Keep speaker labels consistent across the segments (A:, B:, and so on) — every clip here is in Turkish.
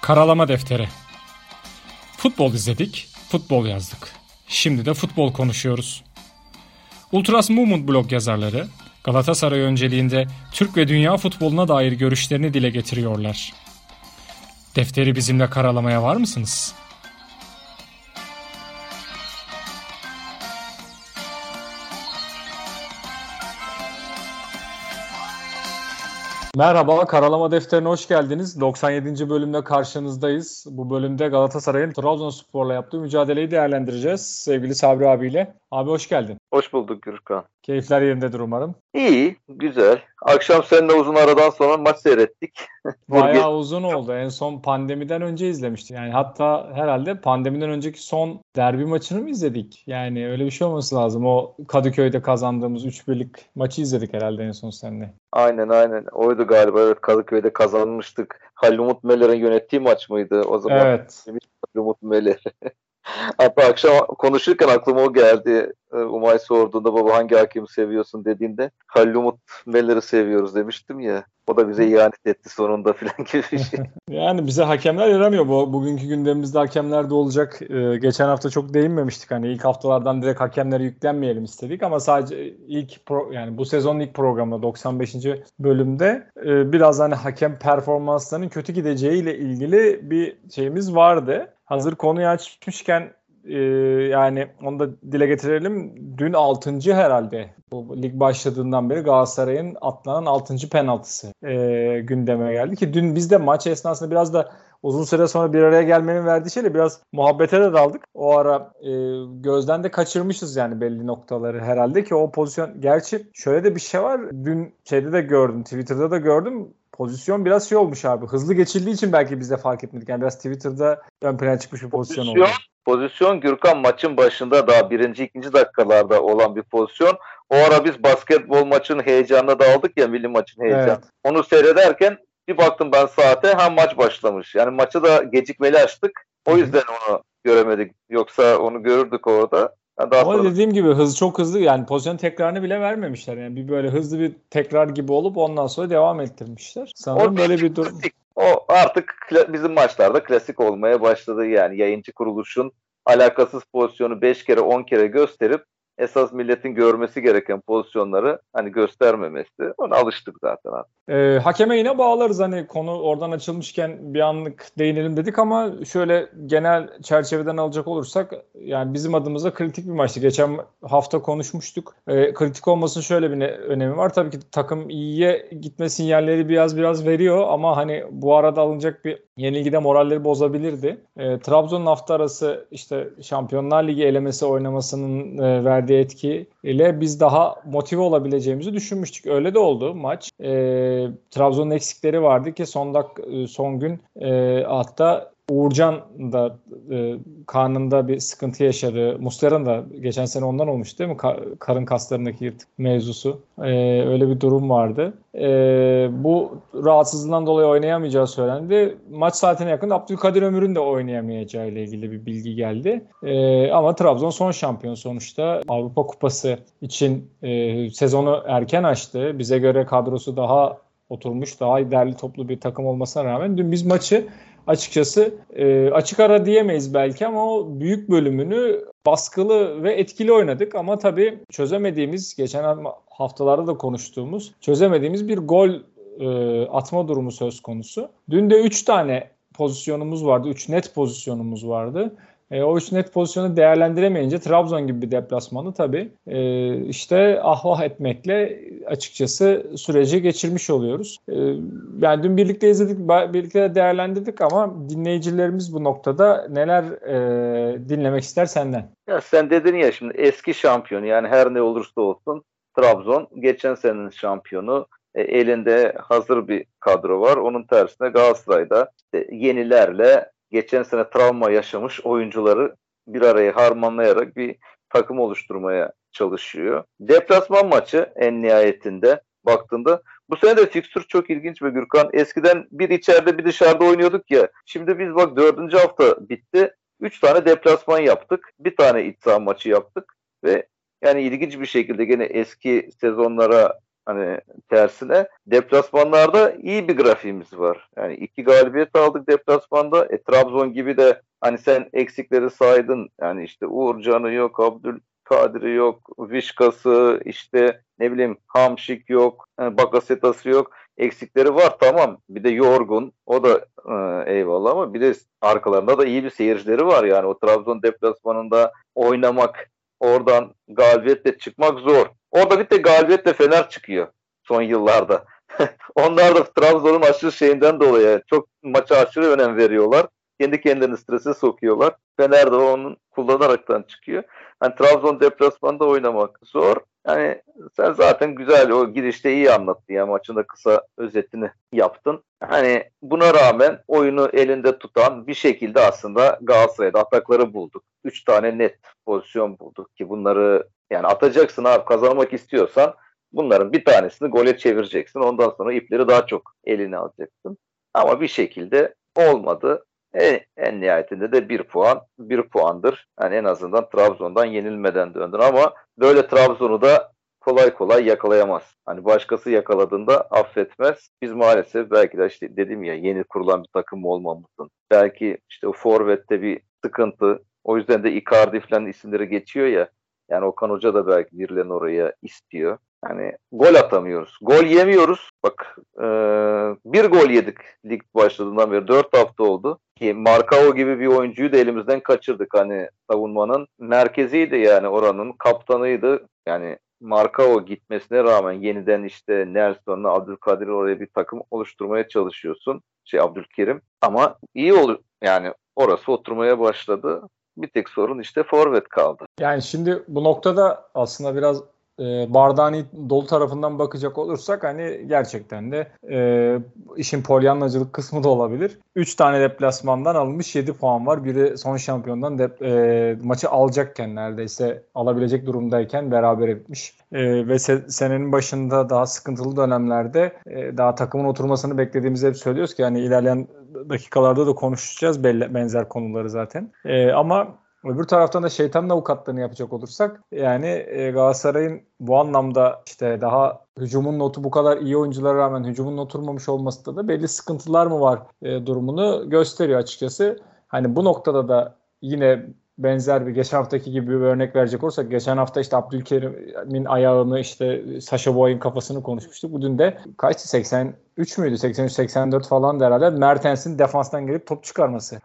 A: Karalama defteri. Futbol izledik, futbol yazdık. Şimdi de futbol konuşuyoruz. Ultras Movement blog yazarları Galatasaray önceliğinde Türk ve dünya futboluna dair görüşlerini dile getiriyorlar. Defteri bizimle karalamaya var mısınız? Merhaba, Karalama Defteri'ne hoş geldiniz. 97. bölümde karşınızdayız. Bu bölümde Galatasaray'ın Trabzonspor'la yaptığı mücadeleyi değerlendireceğiz sevgili Sabri abiyle. Abi hoş geldin.
B: Hoş bulduk Gürkan.
A: Keyifler yerindedir umarım.
B: İyi, güzel. Akşam seninle uzun aradan sonra maç seyrettik.
A: Bayağı uzun oldu. En son pandemiden önce izlemiştik. Yani hatta herhalde pandemiden önceki son derbi maçını mı izledik? Yani öyle bir şey olması lazım. O Kadıköy'de kazandığımız 3-1'lik maçı izledik herhalde en son seninle.
B: Aynen. Oydu galiba. Evet, Kadıköy'de kazanmıştık. Halil Umut Meler'in yönettiği maç mıydı o zaman?
A: Evet.
B: Halil Umut Meler. Hatta akşam konuşurken aklıma o geldi. Umay sorduğunda baba hangi hakemi seviyorsun dediğinde Halil Umut Meler'i seviyoruz demiştim ya. O da bize ihanet etti sonunda filan gibi bir şey.
A: Yani bize hakemler yaramıyor. Bugünkü gündemimizde hakemler de olacak. Geçen hafta çok değinmemiştik. Hani ilk haftalardan direkt hakemlere yüklenmeyelim istedik ama sadece yani bu sezonun ilk programında 95. bölümde biraz hani hakem performanslarının kötü gideceğiyle ilgili bir şeyimiz vardı. Hazır konuyu açmışken yani onu da dile getirelim. Dün 6. herhalde bu lig başladığından beri Galatasaray'ın atlanan 6. penaltısı gündeme geldi ki dün biz de maç esnasında biraz da uzun süre sonra bir araya gelmenin verdiği şeyle biraz muhabbete de daldık. O ara gözden de kaçırmışız yani belli noktaları herhalde ki o pozisyon. Gerçi şöyle de bir şey var. Dün şeyde de gördüm, Twitter'da da gördüm. Pozisyon biraz şey olmuş abi. Hızlı geçildiği için belki biz de fark etmedik. Yani biraz Twitter'da ön plana çıkmış bir pozisyon oldu.
B: Pozisyon Gürkan maçın başında daha 1. 2. dakikalarda olan bir pozisyon. O ara biz basketbol maçının heyecanına daldık ya, milli maçın heyecanı. Evet. Onu seyrederken bir baktım ben saate, maç başlamış. Yani maçı da gecikmeli açtık. O yüzden onu göremedik. Yoksa onu görürdük orada.
A: Ama dediğim gibi çok hızlı, yani pozisyon tekrarını bile vermemişler. Yani bir böyle hızlı bir tekrar gibi olup ondan sonra devam ettirmişler. Sanırım böyle bir durum.
B: O artık bizim maçlarda klasik olmaya başladı yani. Yayıncı kuruluşun alakasız pozisyonu 5 kere 10 kere gösterip esas milletin görmesi gereken pozisyonları hani göstermemesi. Ona alıştık zaten artık.
A: Hakeme yine bağlarız, hani konu oradan açılmışken bir anlık değinelim dedik ama şöyle genel çerçeveden alacak olursak yani bizim adımıza kritik bir maçtı. Geçen hafta konuşmuştuk. Kritik olmasının şöyle bir önemi var. Tabii ki takım iyiye gitme sinyalleri biraz veriyor ama hani bu arada alınacak bir yenilgide moralleri bozabilirdi. Trabzon'un hafta arası işte Şampiyonlar Ligi elemesi oynamasının verdiği etkiyle biz daha motive olabileceğimizi düşünmüştük. Öyle de oldu maç. Trabzon'un eksikleri vardı ki son gün hatta Uğurcan da karnında bir sıkıntı yaşadı. Muslera'nın da geçen sene ondan olmuş değil mi? Karın kaslarındaki yırtık mevzusu. Öyle bir durum vardı. Bu rahatsızlığından dolayı oynayamayacağı söylendi. Maç saatine yakın Abdülkadir Ömür'ün de oynayamayacağı ile ilgili bir bilgi geldi. Ama Trabzon son şampiyon sonuçta. Avrupa Kupası için sezonu erken açtı. Bize göre kadrosu daha oturmuş, daha derli toplu bir takım olmasına rağmen dün biz maçı açıkçası açık ara diyemeyiz belki ama o büyük bölümünü baskılı ve etkili oynadık ama tabii çözemediğimiz, geçen haftalarda da konuştuğumuz çözemediğimiz bir gol atma durumu söz konusu. Dün de 3 tane pozisyonumuz vardı. 3 net pozisyonumuz vardı. O 3 net pozisyonu değerlendiremeyince Trabzon gibi bir deplasmanı tabii işte ahvah etmekle açıkçası süreci geçirmiş oluyoruz. Yani dün birlikte izledik, birlikte de değerlendirdik ama dinleyicilerimiz bu noktada neler dinlemek ister senden?
B: Ya sen dedin ya, şimdi eski şampiyon, yani her ne olursa olsun Trabzon geçen senenin şampiyonu. Elinde hazır bir kadro var. Onun tersine Galatasaray'da yenilerle geçen sene travma yaşamış oyuncuları bir araya harmanlayarak bir takım oluşturmaya çalışıyor. Deplasman maçı en nihayetinde baktığında bu sene de fikstür çok ilginç ve Gürkan, eskiden bir içeride bir dışarıda oynuyorduk ya. Şimdi biz bak 4. hafta bitti. 3 tane deplasman yaptık. Bir tane iç saha maçı yaptık ve yani ilginç bir şekilde gene eski sezonlara hani tersine deplasmanlarda iyi bir grafiğimiz var. Yani 2 galibiyet aldık deplasmanda. Trabzon gibi de hani sen eksikleri saydın. Yani işte Uğurcan'ı yok, Abdülkadir'i yok, Vişka'sı, işte ne bileyim Hamşik yok, Bakasetas'ı yok. Eksikleri var, tamam. Bir de yorgun. O da eyvallah, ama bir de arkalarında da iyi bir seyircileri var. Yani o Trabzon deplasmanında oynamak, oradan galibiyetle çıkmak zor. Orada bir de galibiyetle Fener çıkıyor son yıllarda. Onlar da Trabzon'un aşırı şeyinden dolayı çok maça aşırı önem veriyorlar. Kendi kendilerini strese sokuyorlar. Fener de onun kullanaraktan çıkıyor. Hani Trabzon deplasmanda oynamak zor. Yani sen zaten güzel o girişte iyi anlattın ya, maçın da kısa özetini yaptın. Hani buna rağmen oyunu elinde tutan bir şekilde aslında Galatasaray'da atakları bulduk. 3 tane net pozisyon bulduk ki bunları yani atacaksın abi, kazanmak istiyorsan bunların bir tanesini gole çevireceksin. Ondan sonra ipleri daha çok eline alacaksın. Ama bir şekilde olmadı. En nihayetinde de bir puandır. Yani en azından Trabzon'dan yenilmeden döndün, ama böyle Trabzon'u da kolay kolay yakalayamaz. Hani başkası yakaladığında affetmez. Biz maalesef belki de işte dedim ya, yeni kurulan bir takım olmamızın. Belki işte o forvette bir sıkıntı. O yüzden de Icardi falan isimleri geçiyor ya. Yani Okan Hoca da belki birilerini oraya istiyor. Yani gol atamıyoruz. Gol yemiyoruz. Bak bir gol yedik lig başladığından beri. 4 hafta oldu. Ki Marcao gibi bir oyuncuyu da elimizden kaçırdık. Hani savunmanın merkeziydi, yani oranın kaptanıydı. Yani Marcao gitmesine rağmen yeniden işte Nelson'la Abdülkadir oraya bir takım oluşturmaya çalışıyorsun. Abdülkerim. Ama iyi olur. Yani orası oturmaya başladı. Bir tek sorun işte forvet kaldı.
A: Yani şimdi bu noktada aslında biraz bardağın dolu tarafından bakacak olursak hani gerçekten de işin polyanlacılık kısmı da olabilir. 3 tane deplasmandan alınmış 7 puan var. Biri son şampiyondan maçı alacakken neredeyse alabilecek durumdayken berabere bitmiş. Ve senenin başında daha sıkıntılı dönemlerde daha takımın oturmasını beklediğimizi hep söylüyoruz ki hani ilerleyen dakikalarda da konuşacağız benzer konuları zaten. Ama öbür taraftan da şeytanın avukatlığını yapacak olursak yani Galatasaray'ın bu anlamda işte daha hücumun notu bu kadar iyi oyunculara rağmen hücumun oturmamış olması da belli sıkıntılar mı var durumunu gösteriyor açıkçası. Hani bu noktada da yine benzer bir geçen haftaki gibi bir örnek verecek olursak geçen hafta işte Abdülkerim'in ayağını işte Sacha Boey'in kafasını konuşmuştuk. Bugün de kaçtı? 83 müydü? 83-84 falan da herhalde. Mertens'in defanstan gelip top çıkarması.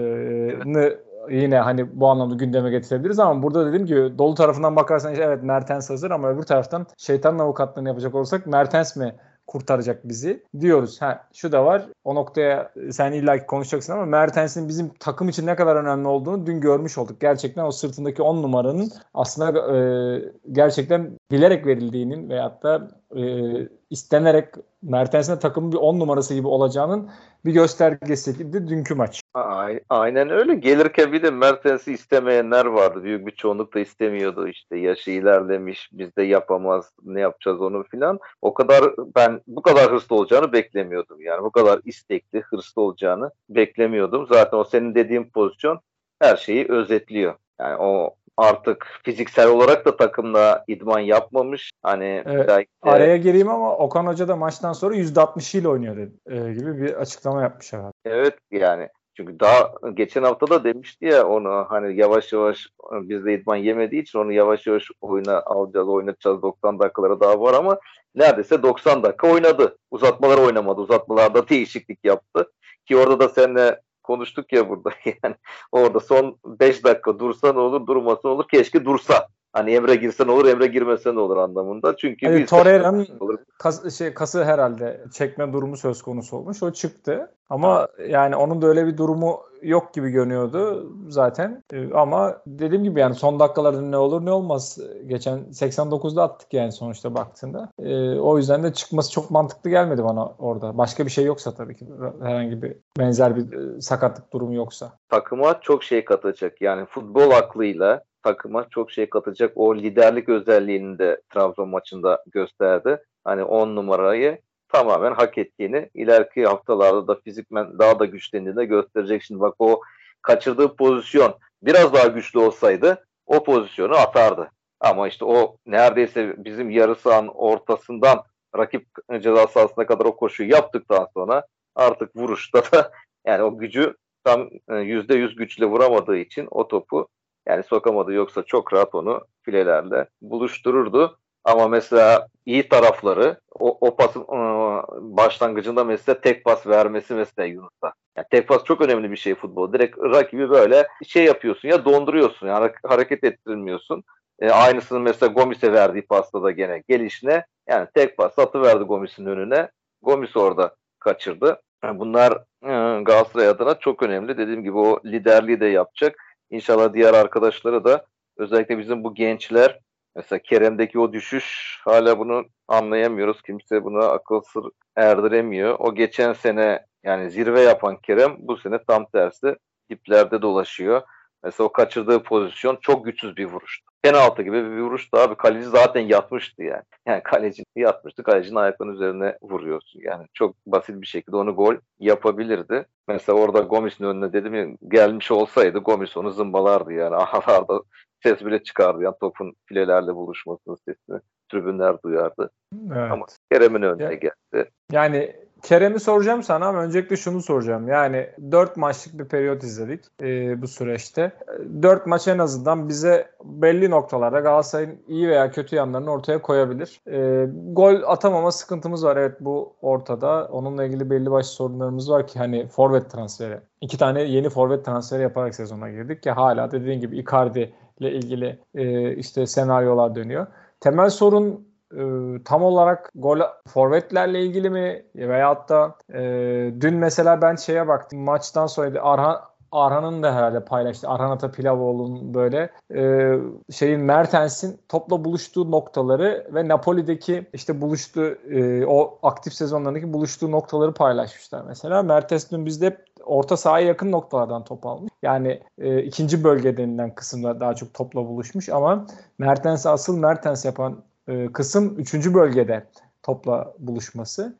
A: Yine hani bu anlamda gündeme getirebiliriz ama burada dediğim gibi dolu tarafından bakarsan işte evet Mertens hazır ama öbür taraftan şeytanın avukatlığını yapacak olursak Mertens mi kurtaracak bizi diyoruz. Şu da var. O noktaya sen illaki konuşacaksın ama Mertens'in bizim takım için ne kadar önemli olduğunu dün görmüş olduk. Gerçekten o sırtındaki 10 numaranın aslında gerçekten bilerek verildiğinin veyahut da istenerek Mertens'in takımın bir 10 numarası gibi olacağının bir göstergesiydi dünkü maç.
B: Aynen öyle. Gelirken bir de Mertens'i istemeyenler vardı. Büyük bir çoğunluk da istemiyordu. İşte yaşı ilerlemiş, biz de yapamaz, ne yapacağız onu filan. Ben bu kadar hırslı olacağını beklemiyordum. Yani bu kadar istekli, hırslı olacağını beklemiyordum. Zaten o senin dediğin pozisyon her şeyi özetliyor. Yani o artık fiziksel olarak da takımla idman yapmamış. Hani
A: Evet,
B: belki de
A: araya gireyim ama Okan Hoca da maçtan sonra %60 ile oynuyor gibi bir açıklama yapmış herhalde.
B: evet yani. Çünkü daha geçen hafta da demişti ya, onu hani yavaş yavaş bizde idman yemediği için onu yavaş yavaş oyuna alacağız, oynatacağız, 90 dakikalara daha var, ama neredeyse 90 dakika oynadı. Uzatmalar oynamadı. Uzatmalarda değişiklik yaptı. Ki orada da seninle konuştuk ya burada. Yani orada son 5 dakika dursa ne olur, durmasa ne olur. Keşke dursa. Hani Emre girse ne olur, Emre girmese ne olur anlamında. Çünkü
A: Hani
B: biz
A: Torreira'nın kası herhalde çekme durumu söz konusu olmuş. O çıktı. Ama yani onun da öyle bir durumu yok gibi görünüyordu zaten. Ama dediğim gibi yani son dakikalarda ne olur ne olmaz. Geçen 89'da attık yani sonuçta baktığında. O yüzden de çıkması çok mantıklı gelmedi bana orada. Başka bir şey yoksa tabii ki herhangi bir benzer bir sakatlık durumu yoksa.
B: takıma çok şey katacak. Yani futbol aklıyla takıma çok şey katacak. O liderlik özelliğini de Trabzon maçında gösterdi. Hani 10 numarayı tamamen hak ettiğini, ileriki haftalarda da fizikmen daha da güçlendiğini gösterecek. Şimdi bak, o kaçırdığı pozisyon biraz daha güçlü olsaydı o pozisyonu atardı. Ama işte o neredeyse bizim yarı sahanın ortasından rakip ceza sahasına kadar o koşuyu yaptıktan sonra artık vuruşta da yani o gücü tam %100 güçle vuramadığı için o topu yani sokamadı. Yoksa çok rahat onu filelerle buluştururdu. Ama mesela iyi tarafları o pasın başlangıcında mesela tek pas vermesi mesela Yunus'a. Yani tek pas çok önemli bir şey futbol. Direkt rakibi böyle şey yapıyorsun ya donduruyorsun. Yani hareket ettirmiyorsun. Aynısını mesela Gomis'e verdiği pasta da gene gelişine yani tek pas atıverdi Gomis'in önüne. Gomis orada kaçırdı. Yani bunlar Galatasaray adına çok önemli. Dediğim gibi o liderliği de yapacak. İnşallah diğer arkadaşları da özellikle bizim bu gençler mesela Kerem'deki o düşüş hala bunu anlayamıyoruz. Kimse buna akıl sır erdiremiyor. O geçen sene yani zirve yapan Kerem bu sene tam tersi diplerde dolaşıyor. Mesela o kaçırdığı pozisyon çok güçsüz bir vuruştu. Penaltı gibi bir vuruştu abi. Kaleci zaten yatmıştı yani. Yani kaleci yatmıştı. Kalecinin ayaklarının üzerine vuruyorsun. Yani çok basit bir şekilde onu gol yapabilirdi. Mesela orada Gomis'in önüne dedim ya gelmiş olsaydı Gomis onu zımbalardı yani. Aralarda ses bile çıkardı. Yani topun filelerle buluşmasının sesini tribünler duyardı.
A: Evet.
B: Ama Kerem'in önüne geldi.
A: Yani Kerem'i soracağım sana ama öncelikle şunu soracağım. Yani 4 maçlık bir periyot izledik bu süreçte. 4 maç en azından bize belli noktalarda Galatasaray'ın iyi veya kötü yanlarını ortaya koyabilir. Gol atamama sıkıntımız var. Evet bu ortada. Onunla ilgili belli başlı sorunlarımız var ki hani forvet transferi. 2 tane yeni forvet transferi yaparak sezona girdik ki hala dediğin gibi Icardi ile ilgili işte senaryolar dönüyor. Temel sorun tam olarak gol forvetlerle ilgili mi veyahut da dün mesela ben şeye baktım maçtan sonra Arhan'ın da herhalde paylaştı. Arhan Atapilavoğlu'nun böyle Mertens'in topla buluştuğu noktaları ve Napoli'deki işte buluştuğu o aktif sezonlarındaki buluştuğu noktaları paylaşmışlar mesela. Mertens dün bizde hep orta sahaya yakın noktalardan top almış. Yani ikinci bölge denilen kısımda daha çok topla buluşmuş ama asıl Mertens yapan kısım 3. bölgede topla buluşması.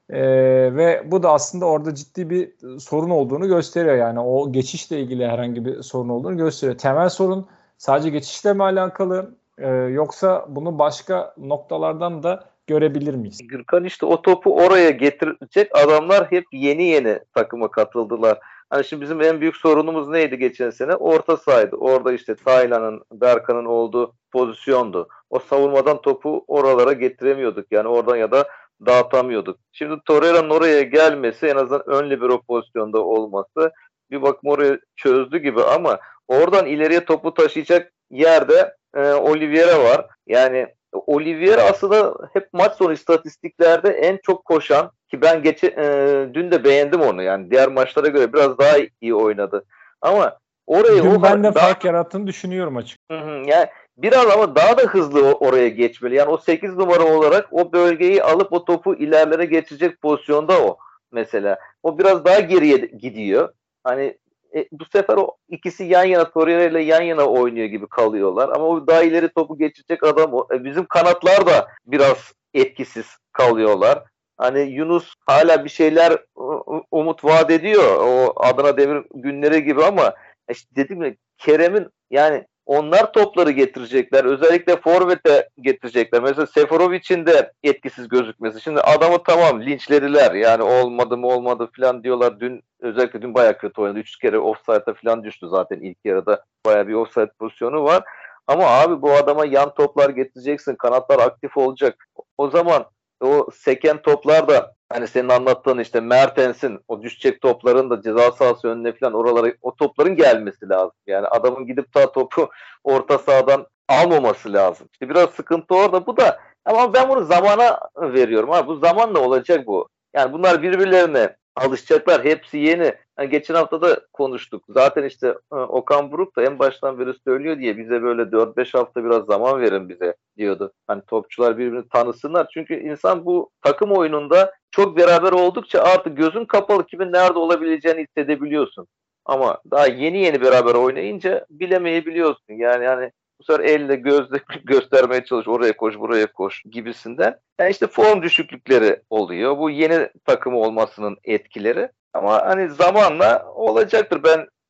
A: Ve bu da aslında orada ciddi bir sorun olduğunu gösteriyor. Yani o geçişle ilgili herhangi bir sorun olduğunu gösteriyor. Temel sorun sadece geçişle mi alakalı yoksa bunu başka noktalardan da görebilir miyiz?
B: Gürkan işte o topu oraya getirecek adamlar hep yeni takıma katıldılar. Hani şimdi bizim en büyük sorunumuz neydi geçen sene? Orta sahaydı. Orada işte Taylan'ın, Berkan'ın olduğu pozisyondu. O savunmadan topu oralara getiremiyorduk. Yani oradan ya da dağıtamıyorduk. Şimdi Torreira'nın oraya gelmesi en azından ön libero pozisyonda olması bir bakıma oraya çözdü gibi ama oradan ileriye topu taşıyacak yerde Oliveira var. Yani Oliveira aslında hep maç sonu istatistiklerde en çok koşan ki ben dün de beğendim onu yani diğer maçlara göre biraz daha iyi oynadı. Ama orayı
A: dün ben de fark yarattığını düşünüyorum açık.
B: Yani biraz ama daha da hızlı oraya geçmeli. Yani o 8 numara olarak o bölgeyi alıp o topu ilerlere geçecek pozisyonda o mesela. O biraz daha geriye gidiyor. Hani bu sefer o ikisi yan yana Torreira ile yan yana oynuyor gibi kalıyorlar. Ama o daha ileri topu geçecek adam o. Bizim kanatlar da biraz etkisiz kalıyorlar. Hani Yunus hala bir şeyler umut vaat ediyor. O Adana Demir günleri gibi ama işte dedim ya Kerem'in yani onlar topları getirecekler. Özellikle forvete getirecekler. Mesela Seferovic'in de etkisiz gözükmesi. Şimdi adamı tamam linçlediler. Yani olmadı falan diyorlar. Özellikle dün bayağı kötü oynadı. 3 kere offside'a falan düştü zaten ilk yarıda. Bayağı bir offside pozisyonu var. Ama abi bu adama yan toplar getireceksin. Kanatlar aktif olacak. O zaman o seken toplar da hani senin anlattığın işte Mertens'in o düşecek topların da ceza sahası önüne falan oralara o topların gelmesi lazım. Yani adamın gidip ta topu orta sahadan almaması lazım. İşte biraz sıkıntı orada. Bu da ama ben bunu zamana veriyorum. Bu zamanla olacak bu. Yani bunlar birbirlerine alışacaklar. Hepsi yeni. Yani geçen hafta da konuştuk. Zaten işte Okan Buruk da en baştan beri söylüyor diye bize böyle 4-5 hafta biraz zaman verin bize diyordu. Hani topçular birbirini tanısınlar. Çünkü insan bu takım oyununda çok beraber oldukça artık gözün kapalı kimin nerede olabileceğini hissedebiliyorsun. Ama daha yeni beraber oynayınca bilemeyebiliyorsun. Yani bu sefer elle gözle göstermeye çalış. Oraya koş, buraya koş gibisinden. Yani işte form düşüklükleri oluyor. Bu yeni takım olmasının etkileri. Ama hani zamanla olacaktır. Ben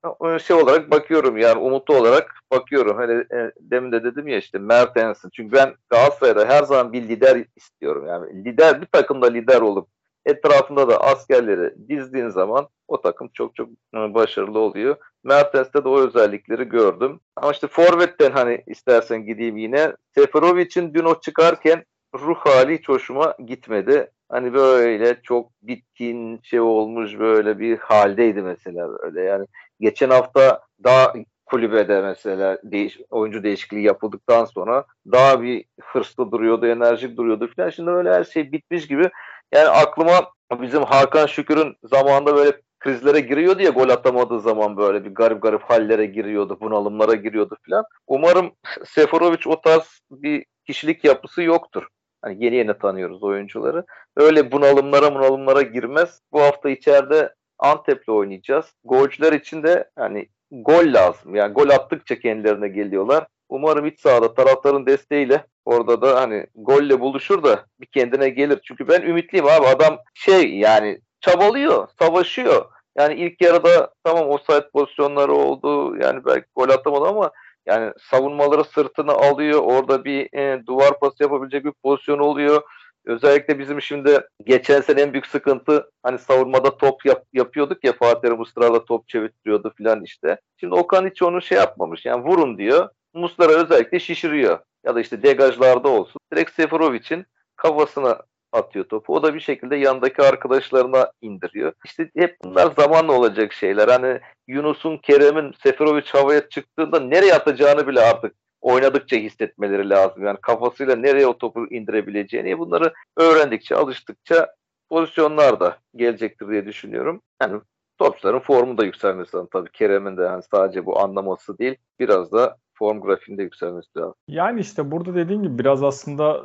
B: şey olarak bakıyorum, yani umutlu olarak bakıyorum. Hani demin de dedim ya işte Mertens'in. Çünkü ben Galatasaray'da her zaman bir lider istiyorum. Yani lider, bir takımda lider olup etrafında da askerleri dizdiğin zaman o takım çok çok başarılı oluyor. Mertens'te de o özellikleri gördüm. Ama işte forvetten hani istersen gideyim yine. Seferovic'in dün o çıkarken ruh hali hiç hoşuma gitmedi. Hani böyle çok bitkin şey olmuş, böyle bir haldeydi mesela böyle. Yani geçen hafta daha kulübede mesela oyuncu değişikliği yapıldıktan sonra daha bir hırslı duruyordu, enerjik duruyordu falan. Şimdi öyle her şey bitmiş gibi. Yani aklıma bizim Hakan Şükür'ün zamanında böyle krizlere giriyordu ya, gol atamadığı zaman böyle bir garip garip hallere giriyordu, bunalımlara giriyordu falan. Umarım Seferovic o tarz bir kişilik yapısı yoktur. Hani yeni yeni tanıyoruz oyuncuları. Öyle bunalımlara girmez. Bu hafta içeride Antep'le oynayacağız. Golcüler için de hani gol lazım. Yani gol attıkça kendilerine geliyorlar. Umarım iç sahada taraftarın desteğiyle orada da hani golle buluşur da bir kendine gelir. Çünkü ben ümitliyim abi. Adam yani çabalıyor, savaşıyor. Yani ilk yarıda tamam offside pozisyonları oldu. Yani belki gol atamadı ama yani savunmaları sırtına alıyor. Orada bir duvar pası yapabilecek bir pozisyon oluyor. Özellikle bizim şimdi geçen sene en büyük sıkıntı, hani savunmada top yapıyorduk ya, Fatih Terim ısrarla top çevirtiyordu filan işte. Şimdi Okan hiç onu şey yapmamış. Yani vurun diyor. Muslera özellikle şişiriyor. Ya da işte degajlarda olsun. Direkt Seferovic'in kafasına atıyor topu. O da bir şekilde yandaki arkadaşlarına indiriyor. İşte hep bunlar zamanla olacak şeyler. Hani Yunus'un, Kerem'in, Seferovic havaya çıktığında nereye atacağını bile artık oynadıkça hissetmeleri lazım. Yani kafasıyla nereye o topu indirebileceğini, bunları öğrendikçe, alıştıkça pozisyonlar da gelecektir diye düşünüyorum. Yani topçuların formu da yükselmesi lazım tabii. Kerem'in de hani sadece bu anlaması değil, biraz da form grafiğinde yükselmesi lazım.
A: Yani işte burada dediğin gibi biraz aslında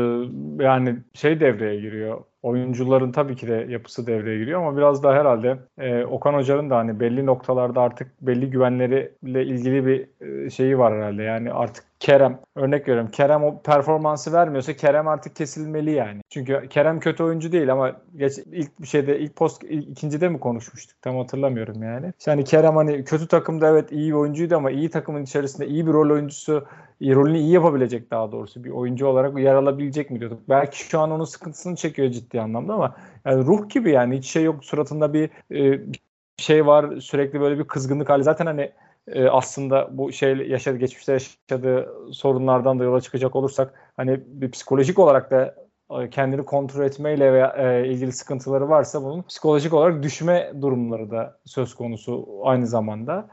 A: yani şey devreye giriyor. Oyuncuların tabii ki de yapısı devreye giriyor ama biraz da herhalde Okan Hoca'nın da hani belli noktalarda artık belli güvenleriyle ilgili bir şeyi var herhalde. Yani artık Kerem, örnek veriyorum. Kerem o performansı vermiyorsa Kerem artık kesilmeli yani. Çünkü Kerem kötü oyuncu değil ama ikincide mi konuşmuştuk? Tam hatırlamıyorum yani. Yani Kerem hani kötü takımda evet iyi bir oyuncuydu ama iyi takımın içerisinde iyi bir rol oyuncusu, rolünü iyi yapabilecek, daha doğrusu bir oyuncu olarak yer alabilecek mi diyorduk. Belki şu an onun sıkıntısını çekiyor ciddi anlamda ama yani ruh gibi, yani hiç şey yok suratında, bir şey var, sürekli böyle bir kızgınlık hali. Zaten hani aslında bu geçmişte yaşadığı sorunlardan da yola çıkacak olursak hani bir psikolojik olarak da kendini kontrol etmeyle veya ilgili sıkıntıları varsa bunun psikolojik olarak düşme durumları da söz konusu aynı zamanda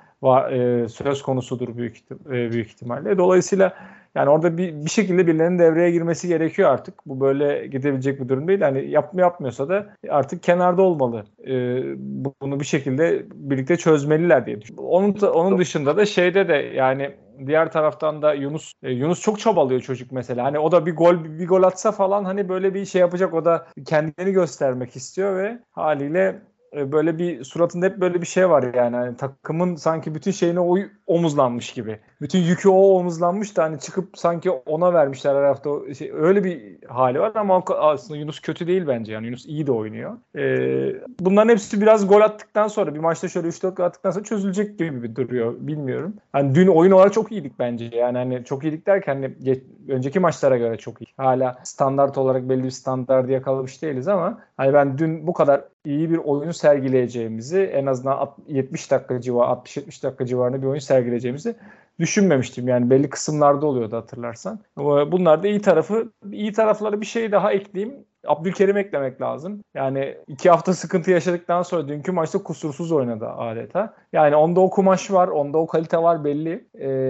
A: söz konusudur büyük ihtimalle. Dolayısıyla yani orada bir şekilde birilerinin devreye girmesi gerekiyor artık. Bu böyle gidebilecek bir durum değil. Yani yapmıyorsa da artık kenarda olmalı. Bunu bir şekilde birlikte çözmeliler diye düşünüyorum. Onun dışında da şeyde de yani diğer taraftan da Yunus çok çabalıyor çocuk mesela. Hani o da bir gol atsa falan hani böyle bir şey yapacak, o da kendini göstermek istiyor ve haliyle böyle bir suratında hep böyle bir şey var yani. Hani takımın sanki bütün şeyine omuzlanmış gibi. Bütün yükü o omuzlanmış da hani çıkıp sanki ona vermişler her hafta. Öyle bir hali var ama aslında Yunus kötü değil bence. Yani Yunus iyi de oynuyor. Bunların hepsi biraz gol attıktan sonra, bir maçta şöyle 3-4 gol attıktan sonra çözülecek gibi bir duruyor. Bilmiyorum. Hani dün oyun olarak çok iyiydik bence. Yani hani çok iyiydik derken hani önceki maçlara göre çok iyi. Hala standart olarak belli bir standardı yakalamış değiliz ama hani ben dün bu kadar iyi bir oyunu sergileyeceğimizi, en azından 70 dakika civarı, 60-70 dakika civarında bir oyun sergileyeceğimizi düşünmemiştim. Yani belli kısımlarda oluyordu hatırlarsan. Bunlar da iyi tarafları bir şey daha ekleyeyim. Abdülkerim eklemek lazım. Yani 2 hafta sıkıntı yaşadıktan sonra dünkü maçta kusursuz oynadı adeta. Yani onda o kumaş var, onda o kalite var belli.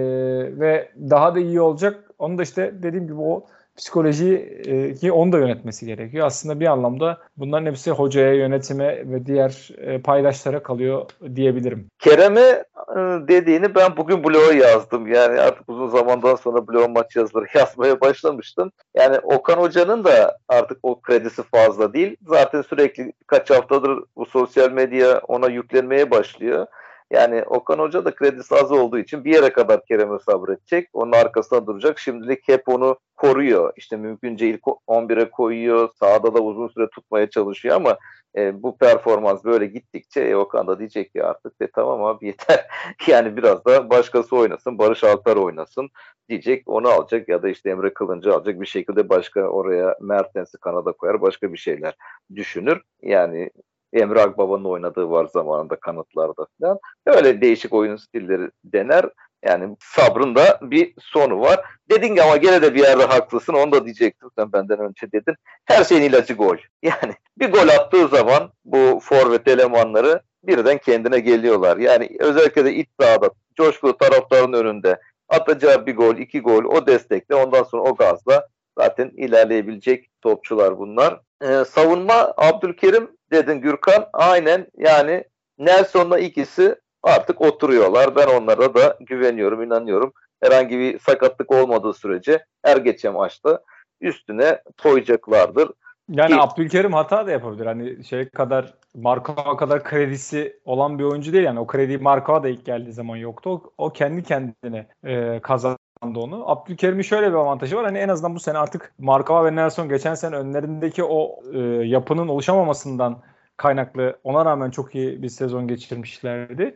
A: Ve daha da iyi olacak. Onu da işte dediğim gibi o psikolojiyi onu da yönetmesi gerekiyor. Aslında bir anlamda bunların hepsi hocaya, yönetime ve diğer paydaşlara kalıyor diyebilirim.
B: Kerem'e dediğini ben bugün bloğa yazdım. Yani artık uzun zamandan sonra bloğa maç yazıları yazmaya başlamıştım. Yani Okan Hoca'nın da artık o kredisi fazla değil. Zaten sürekli kaç haftadır bu sosyal medya ona yüklenmeye başlıyor. Yani Okan Hoca da kredisi az olduğu için bir yere kadar Kerem'e sabredecek. Onun arkasında duracak. Şimdilik hep onu koruyor. İşte mümkünce ilk 11'e koyuyor. Sahada da uzun süre tutmaya çalışıyor ama bu performans böyle gittikçe Okan da diyecek ki artık tamam abi yeter. Yani biraz da başkası oynasın. Barış Alper oynasın diyecek. Onu alacak ya da işte Emre Kılınç'ı alacak. Bir şekilde başka oraya Mertens'i kanada koyar. Başka bir şeyler düşünür. Yani Emre Akbaba'nın oynadığı var zamanında kanatlarda falan. Öyle değişik oyun stilleri dener. Yani sabrın da bir sonu var. Dedin ki ama gene de bir yerde haklısın. Onu da diyecektim. Sen benden önce dedin. Her şeyin ilacı gol. Yani bir gol attığı zaman bu forvet elemanları birden kendine geliyorlar. Yani özellikle de iç sahada coşkulu taraftarın önünde atacağı bir gol, iki gol o destekle ondan sonra o gazla zaten ilerleyebilecek topçular bunlar. Savunma Abdülkerim dedin Gürkan. Aynen yani Nelson'la ikisi artık oturuyorlar. Ben onlara da güveniyorum, inanıyorum. Herhangi bir sakatlık olmadığı sürece her geçen maçta üstüne koyacaklardır.
A: Yani
B: Ki
A: Abdülkerim hata da yapabilir. Hani şey kadar Markova kadar kredisi olan bir oyuncu değil. Yani o krediyi Markova da ilk geldiği zaman yoktu. O kendi kendine kazandı onu. Abdülkerim'in şöyle bir avantajı var. Hani en azından bu sene artık Markova ve Nelson geçen sene önlerindeki o yapının oluşamamasından kaynaklı ona rağmen çok iyi bir sezon geçirmişlerdi.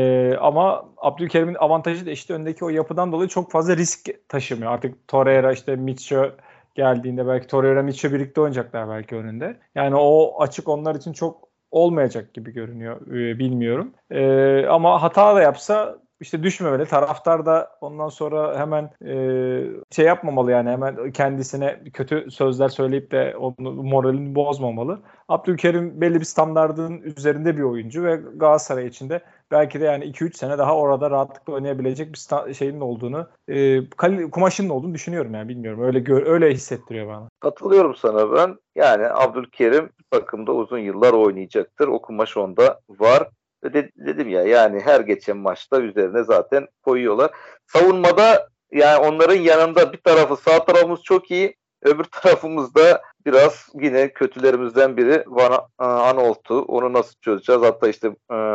A: Ama Abdülkerim'in avantajı da işte öndeki o yapıdan dolayı çok fazla risk taşımıyor. Artık Torreira işte Mitchell geldiğinde belki Torreira Mitchell birlikte oynayacaklar belki önünde. Yani o açık onlar için çok olmayacak gibi görünüyor. Bilmiyorum. Ama hata da yapsa işte düşmemeli. Taraftar da ondan sonra hemen şey yapmamalı yani hemen kendisine kötü sözler söyleyip de onun moralini bozmamalı. Abdülkerim belli bir standardın üzerinde bir oyuncu ve Galatasaray için de belki de yani 2-3 sene daha orada rahatlıkla oynayabilecek bir şeyin olduğunu, kumaşının olduğunu düşünüyorum yani bilmiyorum. Öyle hissettiriyor bana.
B: katılıyorum sana ben. Yani Abdülkerim takımda uzun yıllar oynayacaktır. O kumaş onda var. Dedim ya yani her geçen maçta üzerine zaten koyuyorlar. Savunmada yani onların yanında bir tarafı sağ tarafımız çok iyi. Öbür tarafımızda biraz yine kötülerimizden biri Van Aanholt'u. Onu nasıl çözeceğiz? Hatta işte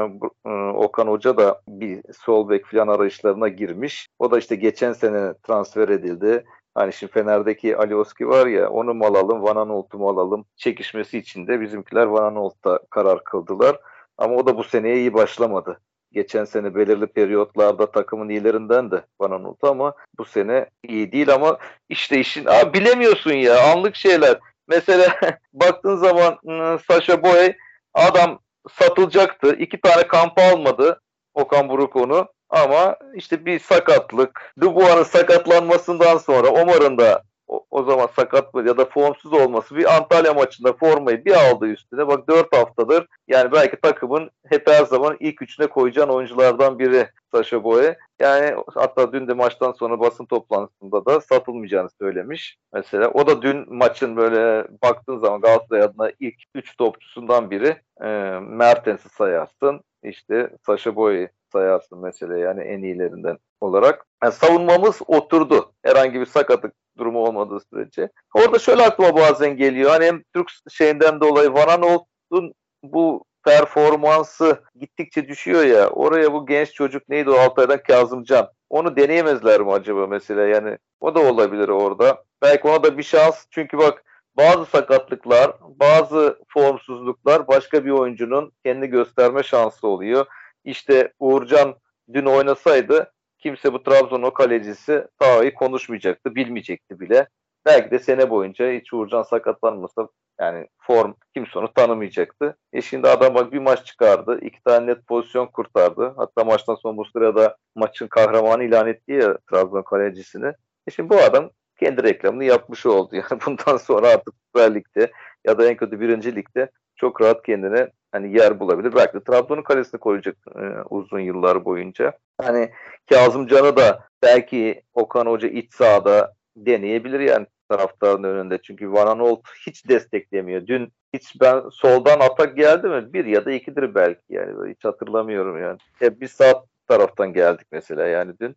B: Okan Hoca da bir sol bek falan arayışlarına girmiş. O da işte geçen sene transfer edildi. Hani şimdi Fener'deki Alioski var ya onu mu alalım, Van Aanholt'u mu alalım çekişmesi içinde bizimkiler Van Aanholt'ta karar kıldılar. Ama o da bu seneye iyi başlamadı. Geçen sene belirli periyotlarda takımın iyilerinden de Van Aanholt ama bu sene iyi değil ama işte işin bilemiyorsun ya anlık şeyler. Mesela baktığın zaman Sacha Boey adam satılacaktı. 2 tane kampa almadı Okan Buruk onu. Ama işte bir sakatlık. Dubois'un sakatlanmasından sonra Omar'ın da o zaman sakat ya da formsuz olması bir Antalya maçında formayı bir aldı üstüne. Bak 4 haftadır yani belki takımın hep her zaman ilk üçüne koyacağın oyunculardan biri Sacha Boey. Yani hatta dün de maçtan sonra basın toplantısında da satılmayacağını söylemiş. Mesela o da dün maçın böyle baktığın zaman Galatasaray adına ilk 3 topçusundan biri. Mertens'i sayarsın. İşte Sacha Boey'i sayarsın mesela yani en iyilerinden olarak. Yani savunmamız oturdu. Herhangi bir sakatlık durumu olmadığı sürece. Orada şöyle aklıma bazen geliyor. Hani hem Türk şeyinden dolayı Van Aanholt'un bu performansı gittikçe düşüyor ya. Oraya bu genç çocuk neydi o Altay'dan Kazımcan. Onu deneyemezler mi acaba mesela? Yani o da olabilir orada. Belki ona da bir şans. Çünkü bak bazı sakatlıklar, bazı formsuzluklar başka bir oyuncunun kendi gösterme şansı oluyor. İşte Uğurcan dün oynasaydı kimse bu Trabzon o kalecisi Taha'yı konuşmayacaktı, bilmeyecekti bile. Belki de sene boyunca hiç Uğurcan sakatlanmasa yani form kimse onu tanımayacaktı. Şimdi adam bak bir maç çıkardı. 2 tane net pozisyon kurtardı. Hatta maçtan sonra bu sırada maçın kahramanı ilan etti ya Trabzon kalecisini. Şimdi bu adam kendi reklamını yapmış oldu. Yani bundan sonra artık Süper Lig'de ya da en kötü 1. Lig'de çok rahat kendine hani yer bulabilir. Belki de Trabzon'un kalesini koruyacak uzun yıllar boyunca. Hani Kazımcan'ı da belki Okan Hoca iç sahada deneyebilir yani taraftarın önünde. Çünkü Van Aanholt hiç desteklemiyor. Dün hiç ben soldan atak geldi mi? Bir ya da ikidir belki yani. Böyle hiç hatırlamıyorum yani. Hep bir sağ taraftan geldik mesela yani dün.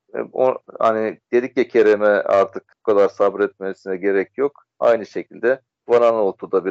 B: Hani dedik ya Kerem'e artık bu kadar sabretmesine gerek yok. Aynı şekilde Van Aanholt'u da biraz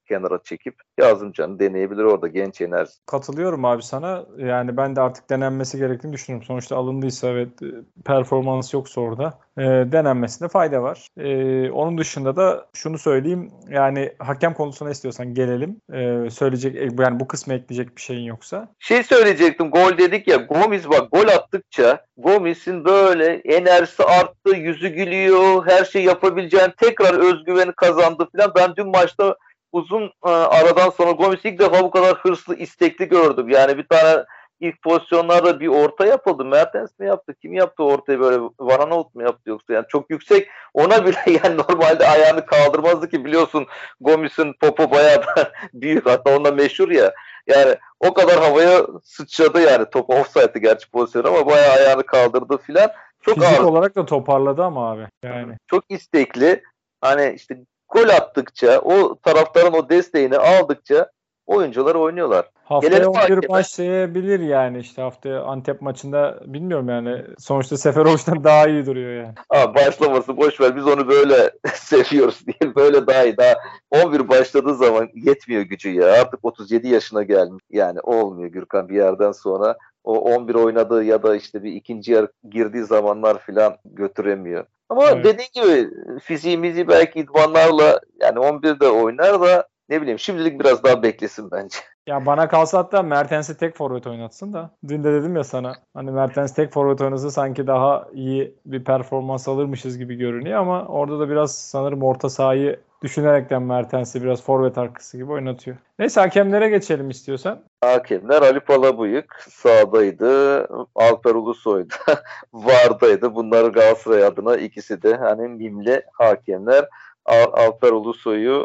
B: kenara çekip Kazımcan'ı deneyebilir orada, genç enerji.
A: Katılıyorum abi sana. Yani ben de artık denenmesi gerektiğini düşünüyorum. Sonuçta alındıysa ve performans yoksa orada denenmesinde fayda var. Onun dışında da şunu söyleyeyim. Yani hakem konusuna istiyorsan gelelim. Söyleyecek, yani bu kısmı ekleyecek bir şeyin yoksa.
B: Şey söyleyecektim, gol dedik ya, Gomis bak gol attıkça Gomis'in böyle enerjisi arttı, yüzü gülüyor, her şey yapabileceğini tekrar özgüveni kazandı falan. Ben dün maçta uzun aradan sonra Gomis'i ilk defa bu kadar hırslı, istekli gördüm. Yani bir tane ilk pozisyonlarda bir orta yapıldı. Mertens mi yaptı? Kim yaptı ortayı böyle? Vananout mu yaptı yoksa? Yani çok yüksek. Ona bile yani normalde ayağını kaldırmazdı ki, biliyorsun Gomis'in popo bayağı da büyük. Hatta onunla meşhur ya. Yani o kadar havaya sıçradı yani. Top offside'dı gerçi pozisyon ama bayağı ayağını kaldırdı filan. Çok
A: Fizik
B: ağır.
A: olarak da toparladı ama abi. Yani.
B: Çok istekli. Hani işte gol attıkça, o taraftarın o desteğini aldıkça oyuncular oynuyorlar.
A: Haftaya
B: Gelelim
A: 11
B: hakeme.
A: maç sayabilir yani, işte haftaya Antep maçında bilmiyorum yani. Sonuçta Seferovic'den daha iyi duruyor yani.
B: Başlaması boş ver. Biz onu böyle seviyoruz diye. Böyle daha iyi. Daha 11 başladığı zaman yetmiyor gücü ya. Artık 37 yaşına gelmiş. Yani olmuyor Gürkan bir yerden sonra. O 11 oynadığı ya da işte bir ikinci yarı girdiği zamanlar filan götüremiyor. Ama
A: Evet.
B: dediğin gibi fiziğimizi belki idmanlarla yani 11'de oynar da ne bileyim, şimdilik biraz daha beklesin bence.
A: Ya bana kalsa hatta Mertens'i tek forvet oynatsın da. Dün de dedim ya sana. Hani Mertens tek forvet oynasa sanki daha iyi bir performans alırmışız gibi görünüyor ama orada da biraz sanırım orta sahayı düşünerekten Mertens'i biraz forvet arkası gibi oynatıyor. Neyse hakemlere geçelim istiyorsan.
B: Hakemler Ali Palabıyık sağdaydı. Alper Ulusoy da vardaydı. Bunlar Galatasaray adına ikisi de hani mimli hakemler. Alper Ulusoy'u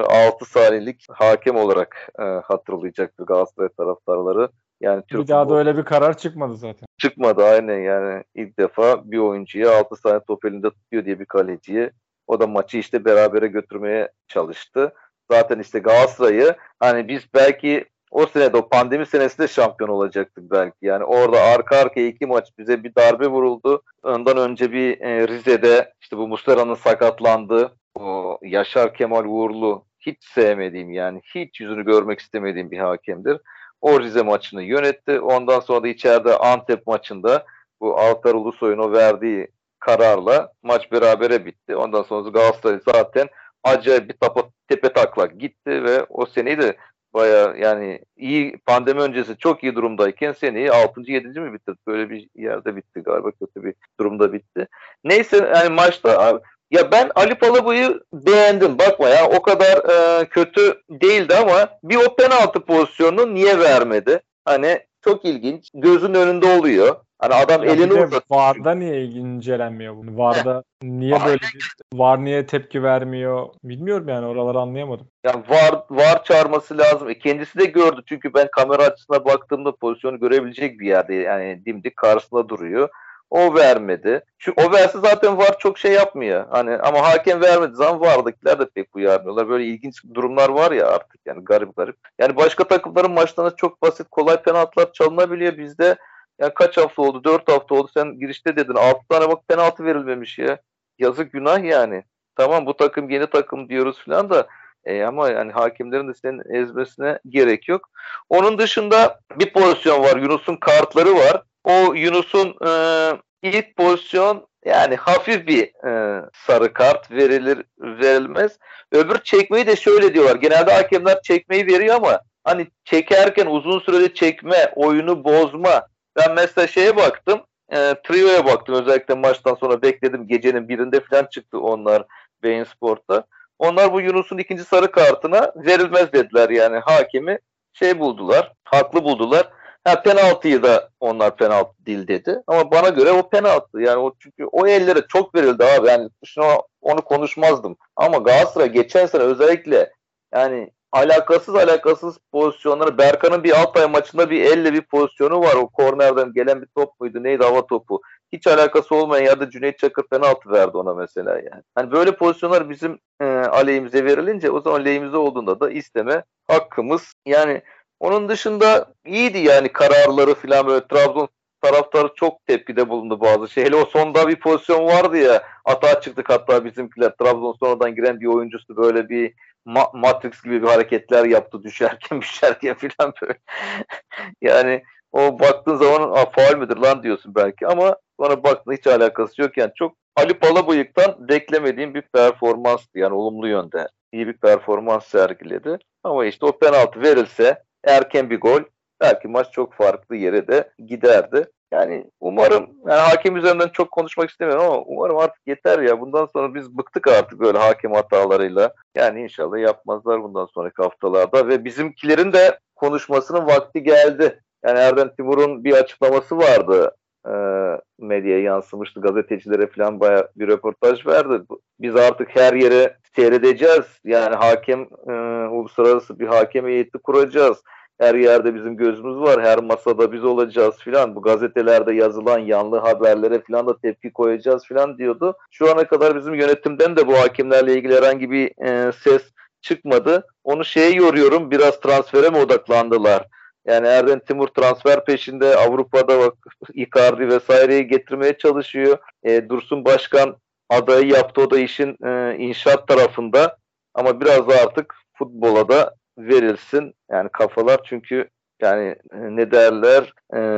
B: 6 saniyelik hakem olarak hatırlayacaktır Galatasaray taraftarları. Yani Türk
A: Bir daha da
B: futbolu
A: öyle bir karar çıkmadı zaten.
B: çıkmadı aynen, yani ilk defa bir oyuncuya 6 saniye top elinde tutuyor diye bir kaleciye. O da maçı işte berabere götürmeye çalıştı. Zaten işte Galatasaray'ı hani biz belki o senede, o pandemi senesinde şampiyon olacaktık belki. Yani orada arka arkaya 2 maç bize bir darbe vuruldu. Ondan önce bir Rize'de işte bu Muslera'nın sakatlandığı, o Yaşar Kemal Uğurlu, hiç sevmediğim, yani hiç yüzünü görmek istemediğim bir hakemdir. O Rize maçını yönetti. Ondan sonra da içeride Antep maçında bu Alper Ulusoy'un o verdiği kararla maç berabere bitti. Ondan sonra Galatasaray zaten acayip bir tepe taklak gitti ve o seneyi de baya yani iyi, pandemi öncesi çok iyi durumdayken seneyi 6. 7. mi bitti? Böyle bir yerde bitti galiba, kötü bir durumda bitti. Neyse yani maçta ya ben Ali Palabıyık'ı beğendim. Bakma ya, o kadar kötü değildi ama bir o penaltı pozisyonunu niye vermedi? Hani çok ilginç. Gözün önünde oluyor. Hani adam
A: Ya bir
B: elini
A: de
B: uzatıyor.
A: VAR'da niye incelenmiyor bunu? VAR'da niye böyle bir VAR niye tepki vermiyor? Bilmiyorum yani, oraları anlayamadım.
B: Yani var çağırması lazım. Kendisi de gördü çünkü ben kamera açısına baktığımda pozisyonu görebilecek bir yerde, yani dimdik karşısında duruyor. O vermedi. O verse zaten VAR çok şey yapmıyor. Hani ama hakem vermediği zaman VAR'dakiler de pek uyarmıyorlar. Böyle ilginç durumlar var ya artık, yani garip garip. Yani başka takımların maçlarında çok basit, kolay penaltılar çalınabiliyor. Bizde yani kaç hafta oldu? 4 hafta oldu. Sen girişte dedin 6 tane bak penaltı verilmemiş ya. Yazık, günah yani. Tamam, bu takım yeni takım diyoruz falan da ama yani hakemlerin de senin ezmesine gerek yok. Onun dışında bir pozisyon var. Yunus'un kartları var. O Yunus'un ilk pozisyon yani hafif bir sarı kart, verilir verilmez. Öbür çekmeyi de şöyle diyorlar. Genelde hakemler çekmeyi veriyor ama hani çekerken uzun süreli çekme, oyunu bozma. Ben mesela şeye baktım. Trio'ya baktım. Özellikle maçtan sonra bekledim. Gecenin birinde falan çıktı onlar Bein Sport'ta. Onlar bu Yunus'un ikinci sarı kartına verilmez dediler, yani hakemi şey buldular, haklı buldular. Penaltıyı da onlar penaltı değil dedi. Ama bana göre o penaltı. Yani o, çünkü o ellere çok verildi abi. Yani onu konuşmazdım. Ama Galatasaray geçen sene özellikle yani alakasız pozisyonları, Berkan'ın bir Altay maçında bir elle bir pozisyonu var. O kornerden gelen bir top muydu? Neydi? Hava topu. Hiç alakası olmayan yerde Cüneyt Çakır penaltı verdi ona mesela yani. Hani böyle pozisyonlar bizim aleyhimize verilince, o zaman lehimize olduğunda da isteme hakkımız. Yani onun dışında iyiydi yani kararları falan, böyle Trabzon taraftarı çok tepkide bulundu bazı şey. Hele o sonda bir pozisyon vardı ya, atağa çıktık hatta bizimkiler. Trabzon sonradan giren bir oyuncusu böyle bir Matrix gibi bir hareketler yaptı düşerken falan böyle. Yani o baktığın zaman faul müdür lan diyorsun belki ama sonra baktığında hiç alakası yok. Yani çok Ali Palabıyık'tan beklemediğim bir performanstı. Yani olumlu yönde iyi bir performans sergiledi. Ama işte o penaltı verilse erken bir gol belki maç çok farklı yere de giderdi. Yani umarım, yani hakem üzerinden çok konuşmak istemiyorum ama umarım artık yeter ya. Bundan sonra biz bıktık artık böyle hakem hatalarıyla. Yani inşallah yapmazlar bundan sonraki haftalarda ve bizimkilerin de konuşmasının vakti geldi. Yani Erden Timur'un bir açıklaması vardı. Medyaya yansımıştı. Gazetecilere falan bayağı bir röportaj verdi. Biz artık her yere seyredeceğiz. Yani uluslararası bir hakem heyeti kuracağız. Her yerde bizim gözümüz var. Her masada biz olacağız filan. Bu gazetelerde yazılan yanlı haberlere filan da tepki koyacağız filan diyordu. Şu ana kadar bizim yönetimden de bu hakemlerle ilgili herhangi bir ses çıkmadı. Onu şeye yoruyorum. Biraz transfere mi odaklandılar? Yani Erden Timur transfer peşinde, Avrupa'da bak Icardi vesaireyi getirmeye çalışıyor. Dursun Başkan adayı yaptı, o da işin inşaat tarafında. Ama biraz da artık futbola da verilsin. Yani kafalar, çünkü yani ne derler,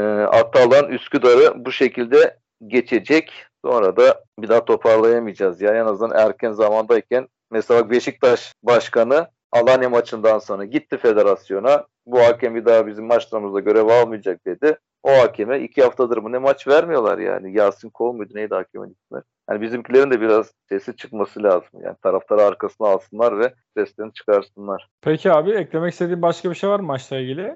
B: Atalan Üsküdar'ı bu şekilde geçecek. Sonra da bir daha toparlayamayacağız. Yani en azından erken zamandayken mesela Beşiktaş Başkanı Alanya maçından sonra gitti federasyona. Bu hakem bir daha bizim maçlarımızda görev almayacak dedi. O hakeme 2 haftadır mı ne maç vermiyorlar yani. Yasin Kol muydu neydi hakemin ismi? Yani bizimkilerin de biraz sesi çıkması lazım. Yani taraftarı arkasına alsınlar ve seslerini çıkarsınlar.
A: Peki abi, eklemek istediğin başka bir şey var mı maçla ilgili?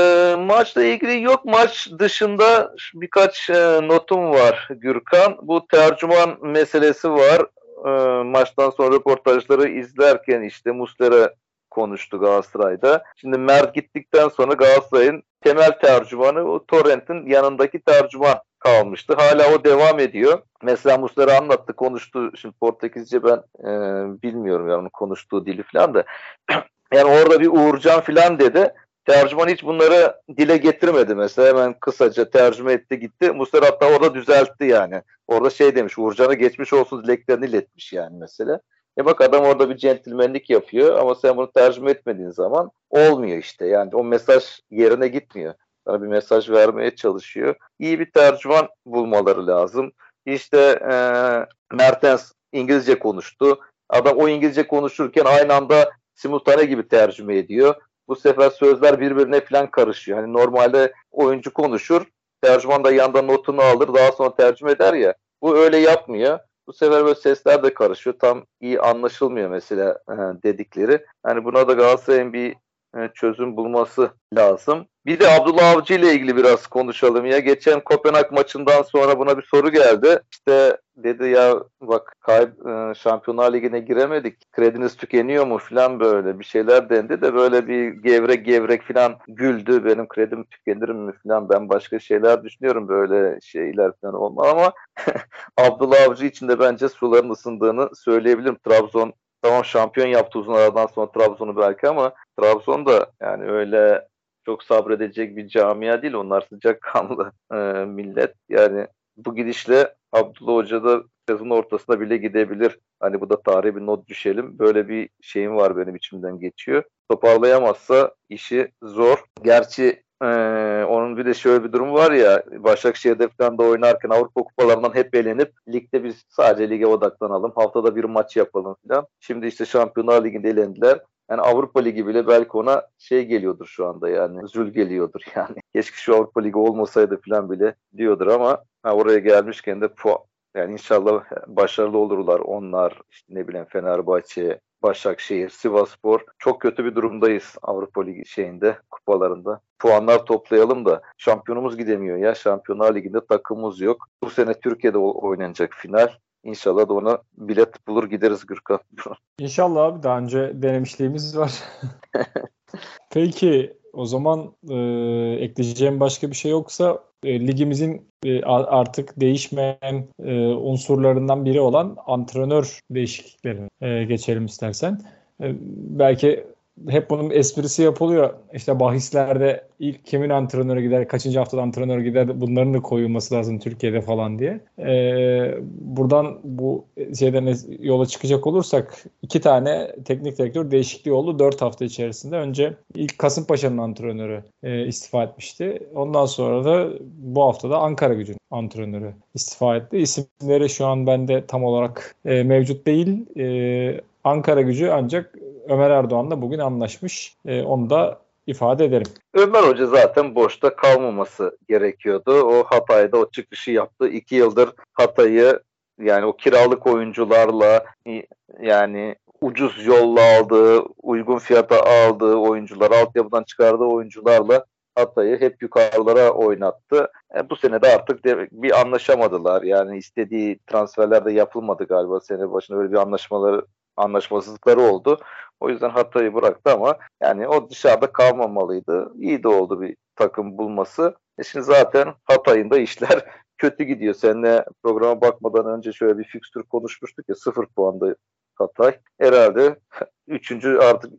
B: Maçla ilgili yok. Maç dışında birkaç notum var Gürkan. Bu tercüman meselesi var. Maçtan sonra röportajları izlerken işte Muslera konuştu Galatasaray'da. Şimdi Mert gittikten sonra Galatasaray'ın temel tercümanı o Torrent'in yanındaki tercüman kalmıştı. Hala o devam ediyor. Mesela Muslera anlattı, konuştu. Şimdi Portekizce ben bilmiyorum yani onun konuştuğu dili falan da. Yani orada bir Uğurcan falan dedi. Tercüman hiç bunları dile getirmedi mesela. Hemen kısaca tercüme etti gitti. Muslera hatta orada düzeltti yani. Orada şey demiş, Uğurcan'a geçmiş olsun dileklerini iletmiş yani mesela. Bak adam orada bir centilmenlik yapıyor ama sen bunu tercüme etmediğin zaman olmuyor işte. Yani o mesaj yerine gitmiyor. Sana bir mesaj vermeye çalışıyor. İyi bir tercüman bulmaları lazım. İşte Mertens İngilizce konuştu. Adam o İngilizce konuşurken aynı anda simultane gibi tercüme ediyor. Bu sefer sözler birbirine falan karışıyor. Hani normalde oyuncu konuşur, tercüman da yandan notunu alır, daha sonra tercüme eder ya. Bu öyle yapmıyor. Bu sefer böyle sesler de karışıyor. Tam iyi anlaşılmıyor mesela dedikleri. Hani buna da Galatasaray'ın bir çözüm bulması lazım. Bir de Abdullah Avcı ile ilgili biraz konuşalım ya. Geçen Kopenhag maçından sonra buna bir soru geldi. İşte dedi ya bak Şampiyonlar Ligi'ne giremedik. Krediniz tükeniyor mu falan böyle bir şeyler dendi de böyle bir gevrek falan güldü. Benim kredim tükenir mi falan, ben başka şeyler düşünüyorum, böyle şeyler falan olmaz ama Abdullah Avcı için de bence suların ısındığını söyleyebilirim. Trabzon tamam şampiyon yaptı uzun aradan sonra Trabzon'u belki ama Trabzon da yani öyle çok sabredecek bir camia değil. Onlar sıcakkanlı millet. Yani bu gidişle Abdullah Hoca da sezon ortasına bile gidebilir. Hani bu da tarihe bir not düşelim. Böyle bir şeyim var, benim içimden geçiyor. Toparlayamazsa işi zor. Gerçi onun bir de şöyle bir durum var ya, Başakşehir'de falan da oynarken Avrupa kupalarından hep elenip ligde biz sadece lige odaklanalım, haftada bir maç yapalım falan. Şimdi işte Şampiyonlar Ligi'nde elendiler. Yani Avrupa Ligi bile belki ona şey geliyordur şu anda, yani zül geliyordur yani. Keşke şu Avrupa Ligi olmasaydı falan bile diyordur ama oraya gelmişken de yani inşallah başarılı olurlar onlar. İşte ne bileyim Fenerbahçe, Başakşehir, Sivasspor. Çok kötü bir durumdayız Avrupa Ligi kupalarında. Puanlar toplayalım da şampiyonumuz gidemiyor ya. Şampiyonlar Ligi'nde takımımız yok. Bu sene Türkiye'de oynanacak final. İnşallah da ona bilet bulur gideriz Gürkan.
A: İnşallah abi, daha önce denemişliğimiz var. Peki o zaman ekleyeceğim başka bir şey yoksa ligimizin artık değişmeyen unsurlarından biri olan antrenör değişikliklerine geçelim istersen. Belki hep bunun esprisi yapılıyor. İşte bahislerde ilk kimin antrenörü gider, kaçıncı haftada antrenörü gider, bunların da koyulması lazım Türkiye'de falan diye. Buradan bu şeyden yola çıkacak olursak 2 tane teknik direktör değişikliği oldu 4 hafta içerisinde. Önce ilk Kasımpaşa'nın antrenörü istifa etmişti. Ondan sonra da bu haftada Ankaragücü'nün antrenörü istifa etti. İsimleri şu an bende tam olarak mevcut değil. Ankaragücü ancak Ömer Erdoğan'la bugün anlaşmış. Onu da ifade ederim.
B: Ömer Hoca zaten boşta kalmaması gerekiyordu. O Hatay'da o çıkışı yaptı. 2 yıldır Hatay'ı yani o kiralık oyuncularla yani ucuz yolla aldığı, uygun fiyata aldığı oyuncular, altyapıdan çıkardığı oyuncularla Hatay'ı hep yukarılara oynattı. Bu sene de artık bir anlaşamadılar. Yani istediği transferler de yapılmadı galiba. Sene başında böyle bir anlaşmazlıkları oldu. O yüzden Hatay'ı bıraktı ama yani o dışarıda kalmamalıydı. İyi de oldu bir takım bulması. Şimdi zaten Hatay'ın da işler kötü gidiyor. Seninle programa bakmadan önce şöyle bir fikstür konuşmuştuk ya, 0 puanda Hatay. Herhalde 3. artık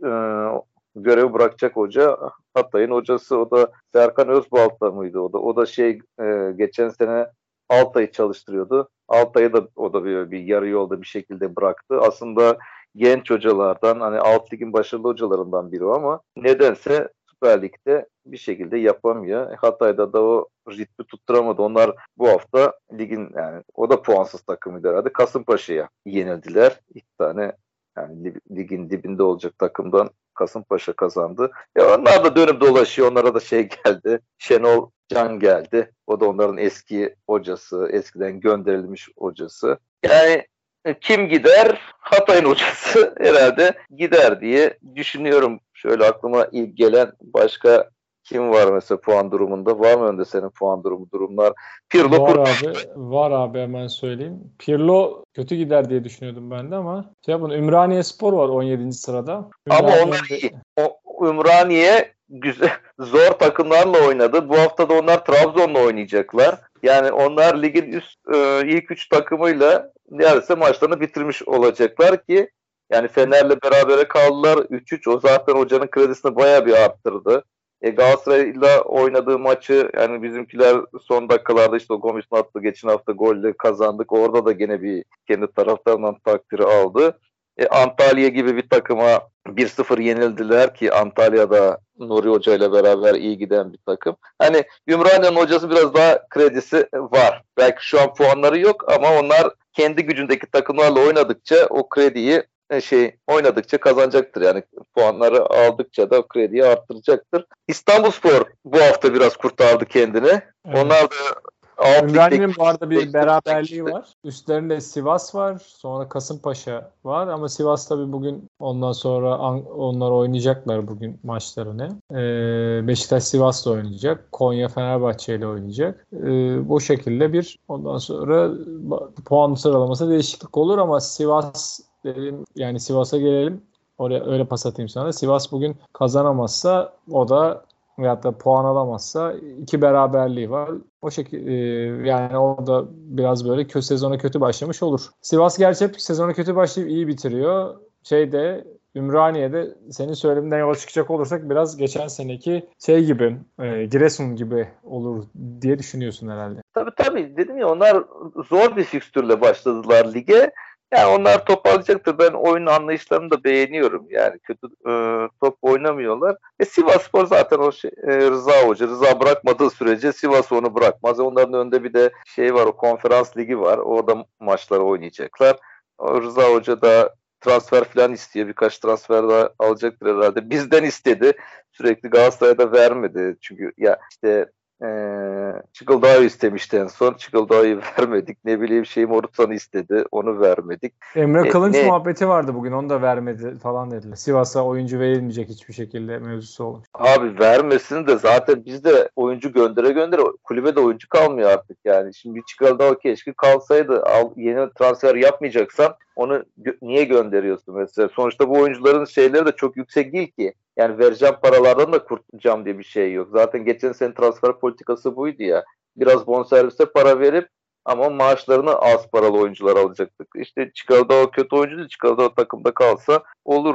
B: görevi bırakacak hoca Hatay'ın hocası, o da Serkan Özbalta mıydı o da? O da geçen sene Altay'ı çalıştırıyordu. Altay'ı da o da bir yarı yolda bir şekilde bıraktı. Aslında genç hocalardan, hani alt ligin başarılı hocalarından biri ama nedense Süper Lig'de bir şekilde yapamıyor. Hatay'da da o ritmi tutturamadı. Onlar bu hafta ligin, yani o da puansız takımıydı herhalde, Kasımpaşa'ya yenildiler. 2 tane yani ligin dibinde olacak takımdan Kasımpaşa kazandı. Onlar da dönüp dolaşıyor. Onlara da geldi. Şenol Can geldi. O da onların eski hocası. Eskiden gönderilmiş hocası. Yani kim gider? Hatay'ın hocası herhalde gider diye düşünüyorum. Şöyle aklıma ilk gelen başka kim var mesela puan durumunda? Var mı önde senin puan durumlar?
A: Pirlo var abi hemen söyleyeyim. Pirlo kötü gider diye düşünüyordum ben de ama Ümraniyespor var 17. sırada.
B: Ama onlar iyi. Ümraniye güzel, zor takımlarla oynadı. Bu hafta da onlar Trabzon'la oynayacaklar. Yani onlar ligin ilk 3 takımıyla neredeyse maçlarını bitirmiş olacaklar ki yani Fener'le berabere kaldılar 3-3. O zaten hocanın kredisini bayağı bir arttırdı. Galatasaray'la oynadığı maçı yani bizimkiler son dakikalarda işte o Gomis'in attığı geçen hafta golle kazandık. Orada da gene bir kendi taraftarından takdiri aldı. Antalya gibi bir takıma 1-0 yenildiler ki Antalya'da Nuri Hoca ile beraber iyi giden bir takım. Hani Ümraniye'nin hocası biraz daha kredisi var. Belki şu an puanları yok ama onlar kendi gücündeki takımlarla oynadıkça o krediyi oynadıkça kazanacaktır. Yani puanları aldıkça da o krediyi arttıracaktır. İstanbulspor bu hafta biraz kurtardı kendini. Evet. Onlar da
A: Ümraniye'nin bu arada bir beraberliği var. Üstlerinde Sivas var. Sonra Kasımpaşa var. Ama Sivas tabii bugün ondan sonra onlar oynayacaklar bugün maçlarını. Beşiktaş Sivas'la oynayacak. Konya Fenerbahçe ile oynayacak. Bu şekilde ondan sonra puan sıralaması değişiklik olur ama Sivas dedim, yani Sivas'a gelelim. Oraya öyle pas atayım sana. Sivas bugün kazanamazsa o da veyahut da puan alamazsa 2 beraberliği var. O şekilde yani o da biraz böyle sezona kötü başlamış olur. Sivas gerçi hep sezona kötü başlayıp iyi bitiriyor. Ümraniye'de senin söyleminden yola çıkacak olursak biraz geçen seneki gibi Giresun gibi olur diye düşünüyorsun herhalde.
B: Tabii dedim ya, onlar zor bir fikstürle başladılar lige. Yani onlar toparlayacaktır. Ben oyun anlayışlarını da beğeniyorum. Yani kötü top oynamıyorlar. Sivasspor zaten Rıza Hoca. Rıza bırakmadığı sürece Sivas onu bırakmaz. Onların önünde bir de var, o konferans ligi var. Orada maçları oynayacaklar. O Rıza Hoca da transfer falan istiyor. Birkaç transfer daha alacaktır herhalde. Bizden istedi. Sürekli Galatasaray'da vermedi. Çünkü ya Çıkıldağ'ı istemişti en son. Çıkıldağ'ı vermedik. Ne bileyim Morutan'ı istedi. Onu vermedik.
A: Emre Kılınç muhabbeti vardı bugün. Onu da vermedi falan dediler. Sivas'a oyuncu verilmeyecek hiçbir şekilde mevzusu olmuş.
B: Abi vermesin de zaten bizde oyuncu göndere kulübe de oyuncu kalmıyor artık yani. Şimdi Çıkıldağ keşke kalsaydı. Yeni transfer yapmayacaksan onu niye gönderiyorsun mesela? Sonuçta bu oyuncuların şeyleri de çok yüksek değil ki. Yani vereceğim paralardan da kurtulacağım diye bir şey yok. Zaten geçen sene transfer politikası buydu ya. Biraz bonservise para verip ama maaşlarını az paralı oyuncular alacaktık. İşte Çıkıldağ kötü oyuncu değil. Çıkıldağ takımda kalsa olurdu.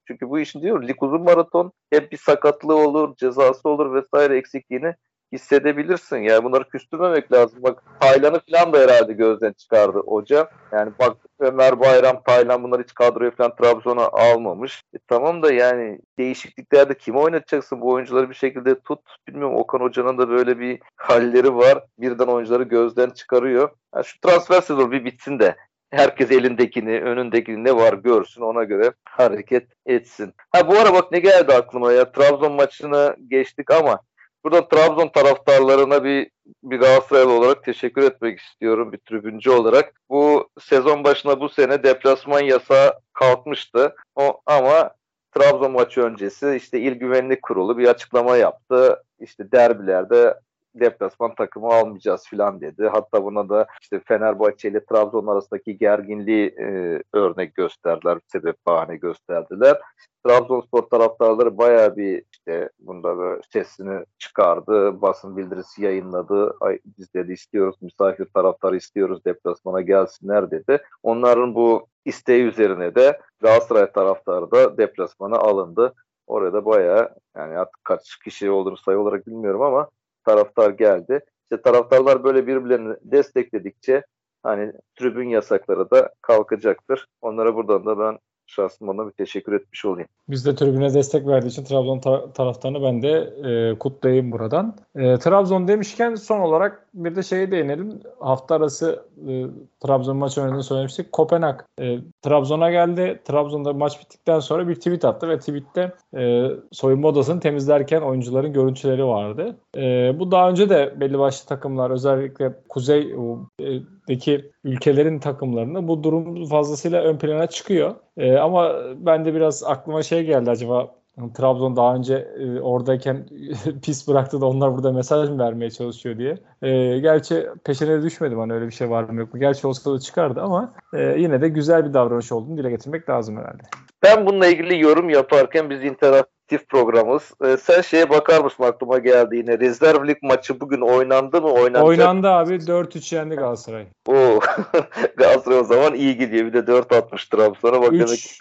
B: Çünkü bu işin diyor lig uzun maraton, hep bir sakatlığı olur, cezası olur vesaire, eksikliğini hissedebilirsin. Yani bunları küstürmemek lazım. Bak Taylan'ı falan da herhalde gözden çıkardı hoca. Yani bak Ömer Bayram, Taylan bunları hiç kadroya falan Trabzon'a almamış. Tamam da yani değişikliklerde kimi oynatacaksın? Bu oyuncuları bir şekilde tut. Bilmiyorum, Okan Hoca'nın da böyle bir halleri var. Birden oyuncuları gözden çıkarıyor. Yani şu transfer sezonu bir bitsin de herkes elindekini, önündekini ne var görsün, ona göre hareket etsin. Ha bu ara bak ne geldi aklıma ya. Trabzon maçını geçtik ama burada Trabzon taraftarlarına bir Galatasaraylı olarak teşekkür etmek istiyorum, bir tribüncü olarak. Bu sezon başına bu sene deplasman yasağı kalkmıştı. Ama Trabzon maçı öncesi işte İl Güvenlik Kurulu bir açıklama yaptı. İşte derbilerde deplasman takımı almayacağız filan dedi. Hatta buna da işte Fenerbahçe ile Trabzon arasındaki gerginliği örnek gösterdiler, sebep bahane gösterdiler. Trabzonspor taraftarları bayağı bir işte bunda böyle sesini çıkardı, basın bildirisi yayınladı. Ay, biz dedi istiyoruz, misafir taraftarı istiyoruz, deplasmana gelsinler dedi. Onların bu isteği üzerine de Galatasaray taraftarı da deplasmana alındı. Orada bayağı, yani artık kaç kişi olduğunu sayı olarak bilmiyorum ama taraftar geldi. İşte taraftarlar böyle birbirlerini destekledikçe hani tribün yasakları da kalkacaktır. Onlara buradan da ben şahsım ona bir teşekkür etmiş olayım.
A: Biz de tribüne destek verdiği için Trabzon taraftarını ben de kutlayayım buradan. Trabzon demişken son olarak bir de şeye değinelim. Hafta arası Trabzon maçı önünde söylemiştik. Kopenhag Trabzon'a geldi. Trabzon'da maç bittikten sonra bir tweet attı ve tweette soyunma odasını temizlerken oyuncuların görüntüleri vardı. Bu daha önce de belli başlı takımlar, özellikle kuzeydeki ülkelerin takımlarında bu durum fazlasıyla ön plana çıkıyor. Ama ben de biraz aklıma şey geldi, acaba Trabzon daha önce oradayken pis bıraktı da onlar burada mesaj mı vermeye çalışıyor diye. Gerçi peşine düşmedim hani öyle bir şey var mı yok mu. Gerçi olsa da çıkardı ama yine de güzel bir davranış olduğunu dile getirmek lazım herhalde.
B: Ben bununla ilgili yorum yaparken biz interaktif programız. Sen şeye bakar mısın, aklıma geldi yine. Rezerv lig maçı bugün oynandı mı?
A: Oynandı abi. 4-3 yendi Galatasaray.
B: Oo. Galatasaray o zaman iyi gidiyor. Bir de 4 atmış Trabzon'a. Bak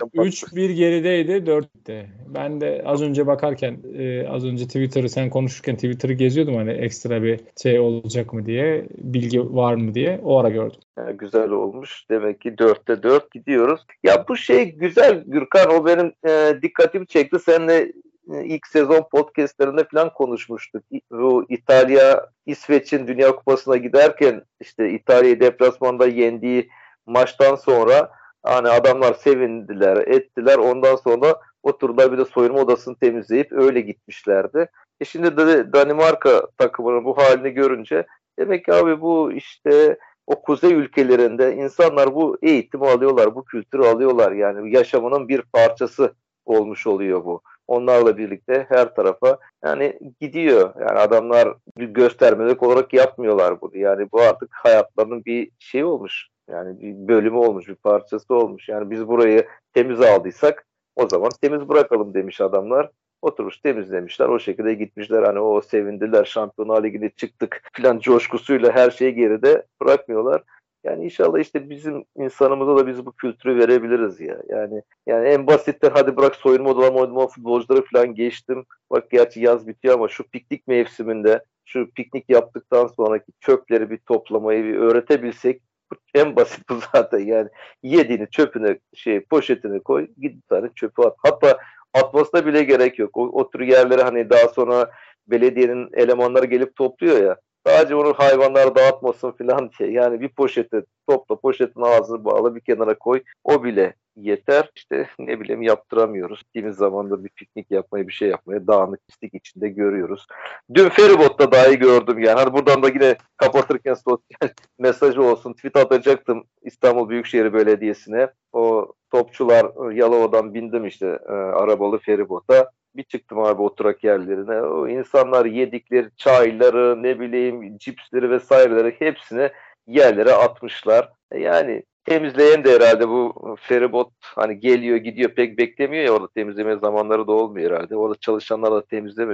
A: 3-1 gerideydi. 4'te. Ben de az önce bakarken az önce Twitter'ı sen konuşurken Twitter'ı geziyordum hani ekstra bir şey olacak mı diye, bilgi var mı diye, o ara gördüm.
B: Yani güzel olmuş. Demek ki 4'te 4 gidiyoruz. Ya bu şey güzel Gürkan. O benim dikkatimi çekti. Seninle ilk sezon podcastlerinde falan konuşmuştuk. Bu İtalya, İsveç'in Dünya Kupası'na giderken işte İtalya'yı deplasmanda yendiği maçtan sonra hani adamlar sevindiler, ettiler. Ondan sonra oturdular bir de soyunma odasını temizleyip öyle gitmişlerdi. Şimdi de Danimarka takımının bu halini görünce demek ki abi bu işte o kuzey ülkelerinde insanlar bu eğitimi alıyorlar, bu kültürü alıyorlar. Yani yaşamının bir parçası olmuş oluyor bu. Onlarla birlikte her tarafa yani gidiyor. Yani adamlar bir göstermelik olarak yapmıyorlar bunu. Yani bu artık hayatlarının bir şey olmuş. Yani bir bölümü olmuş, bir parçası olmuş. Yani biz burayı temiz aldıysak o zaman temiz bırakalım demiş adamlar. Oturmuş temizlemişler. O şekilde gitmişler. Hani o sevindiler. Şampiyonlar Ligi'ne çıktık falan coşkusuyla her şeyi geride bırakmıyorlar. Yani inşallah işte bizim insanımıza da biz bu kültürü verebiliriz ya. Yani en basitten hadi bırak soyunma odalarına futbolcuları falan geçtim. Bak gerçi yaz bitiyor ama şu piknik mevsiminde şu piknik yaptıktan sonraki çöpleri bir toplamayı bir öğretebilsek, en basit bu zaten. Yani yediğini çöpüne poşetine koy, git bir tane çöpü at. Hatta atmasına bile gerek yok. O tür yerlere hani daha sonra belediyenin elemanları gelip topluyor ya. Sadece onu hayvanlar dağıtmasın falan diye. Yani bir poşete topla, poşetin ağzını bağla, bir kenara koy. O bile yeter. İşte ne bileyim yaptıramıyoruz. Gittiğimiz zaman da bir piknik yapmayı, bir şey yapmayı dağınık pislik içinde görüyoruz. Dün feribot'ta dahi gördüm yani. Hani buradan da yine kapatırken sosyal mesajı olsun. Tweet atacaktım İstanbul Büyükşehir Belediyesi'ne. O topçular Yalova'dan bindim işte arabalı feribota. Bir çıktım abi oturak yerlerine. O insanlar yedikleri çayları, ne bileyim cipsleri vesaireleri hepsini yerlere atmışlar. Yani temizleyen de herhalde bu feribot hani geliyor gidiyor pek beklemiyor ya, orada temizleme zamanları da olmuyor herhalde. Orada çalışanlar da temizlememiş.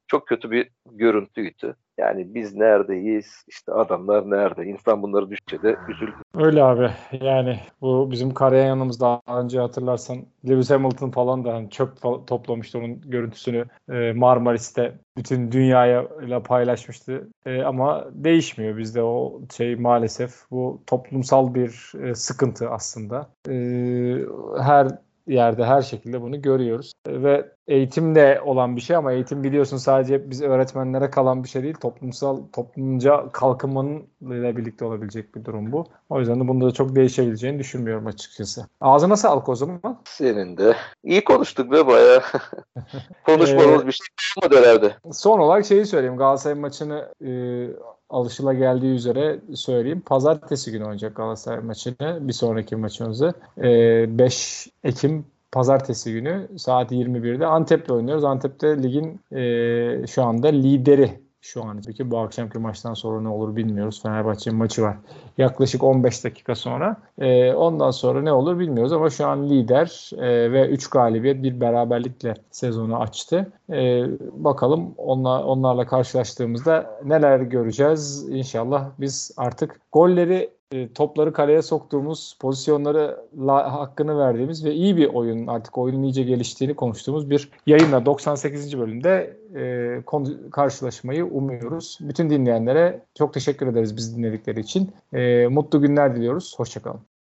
B: çok kötü bir görüntüydü. Yani biz neredeyiz? İşte adamlar nerede? İnsan bunları düşünce de üzülüyor.
A: Öyle abi. Yani bu bizim Karayan'ımız daha önce hatırlarsan Lewis Hamilton falan da hani çöp toplamıştı, onun görüntüsünü Marmaris'te bütün dünyayla paylaşmıştı. Ama değişmiyor bizde o şey, maalesef bu toplumsal bir sıkıntı aslında. Her yerde, her şekilde bunu görüyoruz. Ve eğitimle olan bir şey, ama eğitim biliyorsun sadece biz öğretmenlere kalan bir şey değil. Toplumca kalkınmanın ile birlikte olabilecek bir durum bu. O yüzden de bunda da çok değişebileceğini düşünmüyorum açıkçası. Ağzına sağlık o zaman.
B: Senin de. İyi konuştuk ve bayağı
A: Ee,
B: konuşmadığımız bir şey olmadı herhalde.
A: Son olarak şeyi söyleyeyim. Galatasaray maçını alışılageldiği üzere söyleyeyim. Pazartesi günü oynayacak Galatasaray maçını. Bir sonraki maçımızı. 5 Ekim Pazartesi günü saat 21'de Antep'le oynuyoruz. Antep'te ligin şu anda lideri. Şu an peki bu akşamki maçtan sonra ne olur bilmiyoruz. Fenerbahçe'nin maçı var yaklaşık 15 dakika sonra. Ondan sonra ne olur bilmiyoruz ama şu an lider ve 3 galibiyet, bir beraberlikle sezonu açtı. Bakalım onlarla karşılaştığımızda neler göreceğiz. İnşallah biz artık golleri, topları kaleye soktuğumuz, pozisyonları hakkını verdiğimiz ve iyi bir oyun, artık oyunun iyice geliştiğini konuştuğumuz bir yayınla 98. bölümde karşılaşmayı umuyoruz. Bütün dinleyenlere çok teşekkür ederiz bizi dinledikleri için. Mutlu günler diliyoruz. Hoşça kalın.